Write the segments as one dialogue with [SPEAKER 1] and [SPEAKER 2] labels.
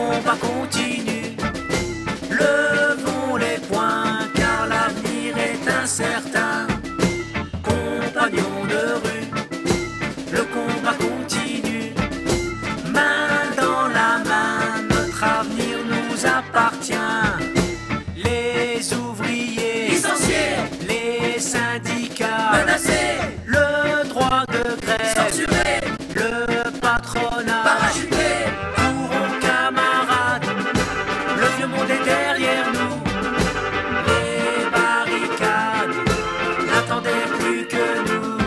[SPEAKER 1] combat continue. Levons les poings car l'avenir est incertain. Compagnons de rue, le combat continue. Main dans la main, notre avenir nous appartient. Les ouvriers licenciés, les syndicats menacés, le droit de grève censuré, le patronat parachuté. Courons camarades, le vieux monde est derrière nous. Les barricades n'attendaient plus que nous.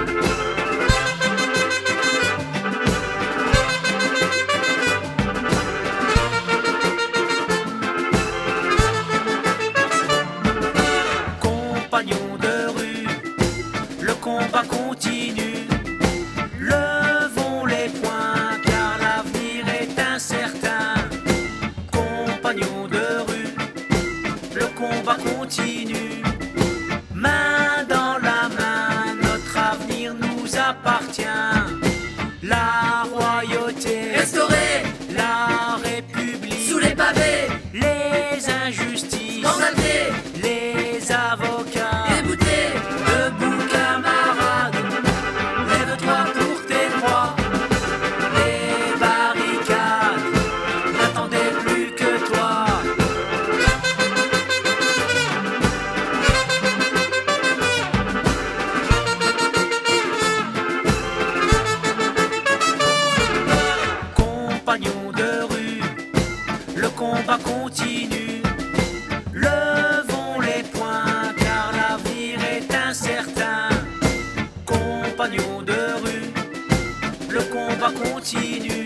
[SPEAKER 1] Compagnons de rue, le combat continue. Levons les poings car l'avenir est incertain. Compagnons de rue, le combat continue. Main dans la main, notre avenir nous appartient. La royauté restaurée, la république sous les pavés, les injustices condamnées, les avocats déboutés. Debout camarades, lève-toi pour tes droits. Les barricades n'attendaient plus que toi. Compagnons de rue, le combat continue. Levons les poings car l'avenir est incertain. Compagnons de rue, le combat continue.